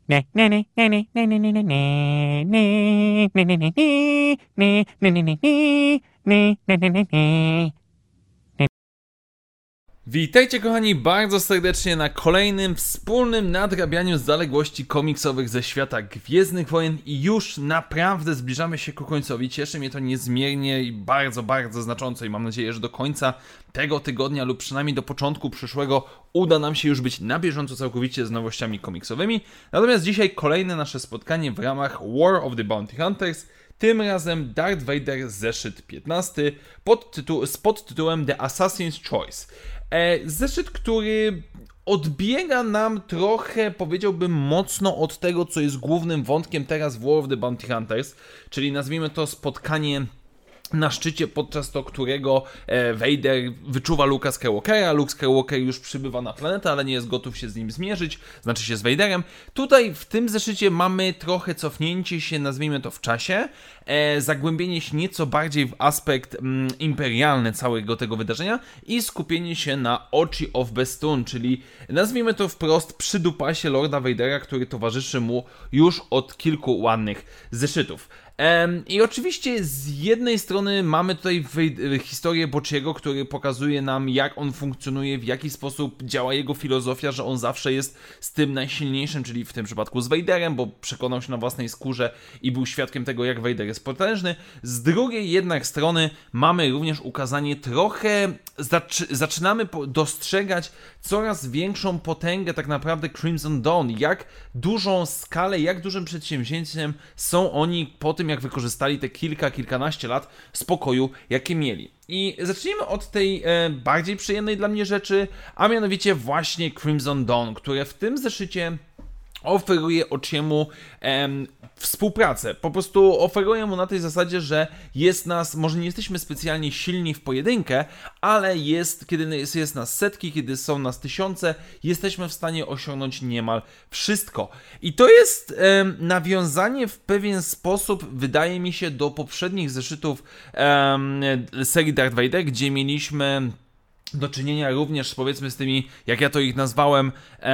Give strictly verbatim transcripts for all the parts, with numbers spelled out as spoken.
Witajcie kochani bardzo serdecznie na kolejnym wspólnym nadrabianiu zaległości komiksowych ze świata Gwiezdnych Wojen i już naprawdę zbliżamy się ku końcowi. Cieszy mnie to niezmiernie i bardzo, bardzo znacząco i mam nadzieję, że do końca tego tygodnia lub przynajmniej do początku przyszłego uda nam się już być na bieżąco całkowicie z nowościami komiksowymi. Natomiast dzisiaj kolejne nasze spotkanie w ramach War of the Bounty Hunters. Tym razem Darth Vader zeszyt piętnasty pod tytu- z podtytułem The Assassin's Choice. E, zeszyt, który odbiega nam trochę, powiedziałbym, mocno od tego, co jest głównym wątkiem teraz w War of the Bounty Hunters, czyli nazwijmy to spotkanie na szczycie, podczas to którego e, Vader wyczuwa Luke'a Skywalkera. Luke Skywalker już przybywa na planetę, ale nie jest gotów się z nim zmierzyć, znaczy się z Vaderem. Tutaj w tym zeszycie mamy trochę cofnięcie się, nazwijmy to, w czasie, e, zagłębienie się nieco bardziej w aspekt mm, imperialny całego tego wydarzenia i skupienie się na Orchy of Bestun, czyli nazwijmy to wprost przydupasie Lorda Vadera, który towarzyszy mu już od kilku ładnych zeszytów. Um, I oczywiście z jednej strony mamy tutaj historię Bocciego, który pokazuje nam, jak on funkcjonuje, w jaki sposób działa jego filozofia, że on zawsze jest z tym najsilniejszym, czyli w tym przypadku z Vaderem, bo przekonał się na własnej skórze i był świadkiem tego, jak Vader jest potężny. Z drugiej jednak strony mamy również ukazanie trochę, zaczy, zaczynamy dostrzegać coraz większą potęgę tak naprawdę Crimson Dawn, jak dużą skalę, jak dużym przedsięwzięciem są oni po tym, jak wykorzystali te kilka, kilkanaście lat spokoju, jakie mieli. I zacznijmy od tej e, bardziej przyjemnej dla mnie rzeczy, a mianowicie właśnie Crimson Dawn, które w tym zeszycie oferuje Orchiemu em, współpracę. Po prostu oferuje mu na tej zasadzie, że jest nas, może nie jesteśmy specjalnie silni w pojedynkę, ale jest, kiedy jest, jest nas setki, kiedy są nas tysiące, jesteśmy w stanie osiągnąć niemal wszystko. I to jest em, nawiązanie w pewien sposób, wydaje mi się, do poprzednich zeszytów em, serii Darth Vader, gdzie mieliśmy do czynienia również, powiedzmy, z tymi, jak ja to ich nazwałem,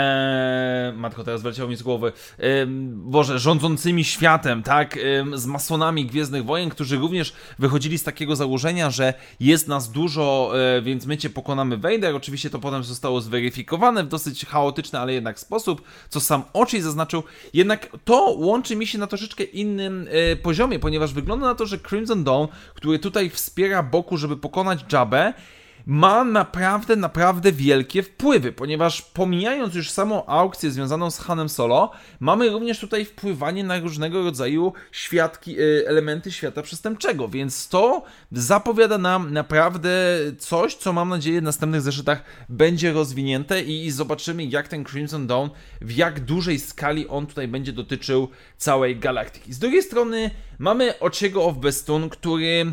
ee, matko, teraz wleciało mi z głowy, e, Boże, rządzącymi światem, tak, e, z masonami Gwiezdnych Wojen, którzy również wychodzili z takiego założenia, że jest nas dużo, e, więc my cię pokonamy, Vader. Oczywiście to potem zostało zweryfikowane w dosyć chaotyczny, ale jednak sposób, co sam Orchi zaznaczył. Jednak to łączy mi się na troszeczkę innym e, poziomie, ponieważ wygląda na to, że Crimson Dawn, który tutaj wspiera Boku, żeby pokonać Jabbę, ma naprawdę, naprawdę wielkie wpływy, ponieważ pomijając już samą aukcję związaną z Hanem Solo, mamy również tutaj wpływanie na różnego rodzaju świadki, elementy świata przestępczego, więc to zapowiada nam naprawdę coś, co mam nadzieję w następnych zeszytach będzie rozwinięte i zobaczymy, jak ten Crimson Dawn, w jak dużej skali on tutaj będzie dotyczył całej galaktyki. Z drugiej strony mamy Orchiego of Bestun, który...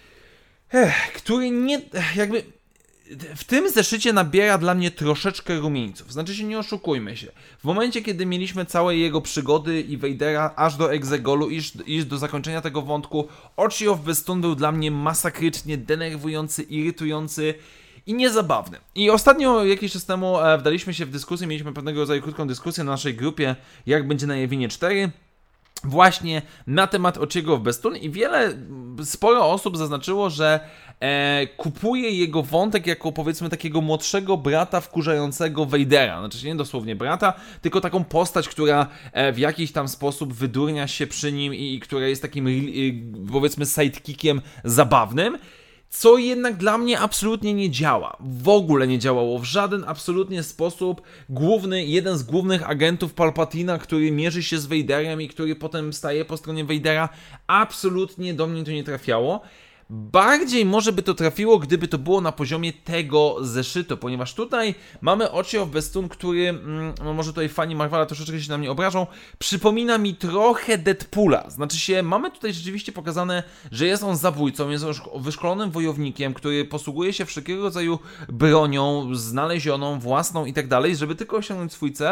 Ech, który nie, jakby w tym zeszycie nabiera dla mnie troszeczkę rumieńców. Znaczy się, nie oszukujmy się. W momencie, kiedy mieliśmy całe jego przygody i Vadera aż do Exegolu, iż, iż do zakończenia tego wątku, Orchy of Bestun był dla mnie masakrycznie denerwujący, irytujący i niezabawny. I ostatnio, jakiś czas temu, e, wdaliśmy się w dyskusję, mieliśmy pewnego rodzaju krótką dyskusję na naszej grupie, jak będzie na Jawinie cztery, właśnie na temat Orchiego of Bestun i wiele, sporo osób zaznaczyło, że e, kupuje jego wątek jako, powiedzmy, takiego młodszego brata wkurzającego Vadera. Znaczy nie dosłownie brata, tylko taką postać, która e, w jakiś tam sposób wydurnia się przy nim i, i która jest takim, e, powiedzmy, sidekickiem zabawnym. Co jednak dla mnie absolutnie nie działa. W ogóle nie działało w żaden absolutnie sposób. Główny, jeden z głównych agentów Palpatina, który mierzy się z Vaderem i który potem staje po stronie Vadera, absolutnie do mnie to nie trafiało. Bardziej może by to trafiło, gdyby to było na poziomie tego zeszytu, ponieważ tutaj mamy Orchy of Bestun, który, mm, no może tutaj fani Marvela troszeczkę się na mnie obrażą, przypomina mi trochę Deadpoola. Znaczy się, mamy tutaj rzeczywiście pokazane, że jest on zabójcą, jest on wyszkolonym wojownikiem, który posługuje się wszelkiego rodzaju bronią, znalezioną, własną i tak dalej, żeby tylko osiągnąć swój cel.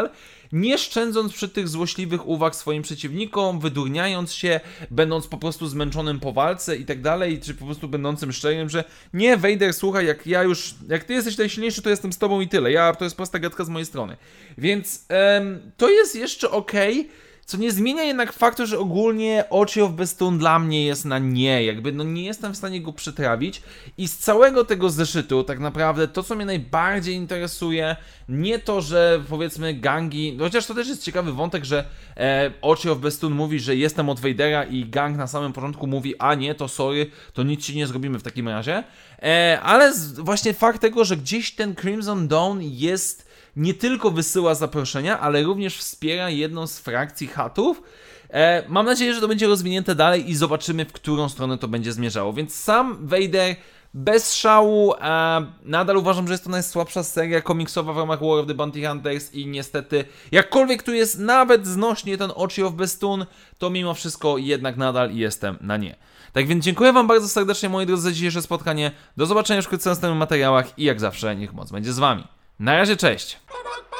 nie szczędząc przy tych złośliwych uwag swoim przeciwnikom, wydurniając się, będąc po prostu zmęczonym po walce i tak dalej, czy po prostu będącym szczerym, że nie, Vader, słuchaj, jak ja już, jak ty jesteś najsilniejszy, to jestem z tobą i tyle, ja, to jest prosta gadka z mojej strony. Więc em, to jest jeszcze okej, okay. Co nie zmienia jednak faktu, że ogólnie Ochi of Bestoon dla mnie jest na nie, jakby no nie jestem w stanie go przetrawić i z całego tego zeszytu tak naprawdę to, co mnie najbardziej interesuje, nie to, że powiedzmy gangi, chociaż to też jest ciekawy wątek, że e, Ochi of Bestoon mówi, że jestem od Vadera i gang na samym początku mówi, a nie, to sorry, to nic ci nie zrobimy w takim razie, e, ale z, właśnie fakt tego, że gdzieś ten Crimson Dawn jest nie tylko wysyła zaproszenia, ale również wspiera jedną z frakcji Huttów. E, mam nadzieję, że to będzie rozwinięte dalej i zobaczymy, w którą stronę to będzie zmierzało. Więc sam Vader bez szału, e, nadal uważam, że jest to najsłabsza seria komiksowa w ramach War of the Bounty Hunters i niestety, jakkolwiek tu jest nawet znośnie ten Ochi of Bestoon, to mimo wszystko jednak nadal jestem na nie. Tak więc dziękuję wam bardzo serdecznie, moi drodzy, za dzisiejsze spotkanie. Do zobaczenia już wkrótce w następnych materiałach i jak zawsze, niech moc będzie z wami. Na razie, cześć!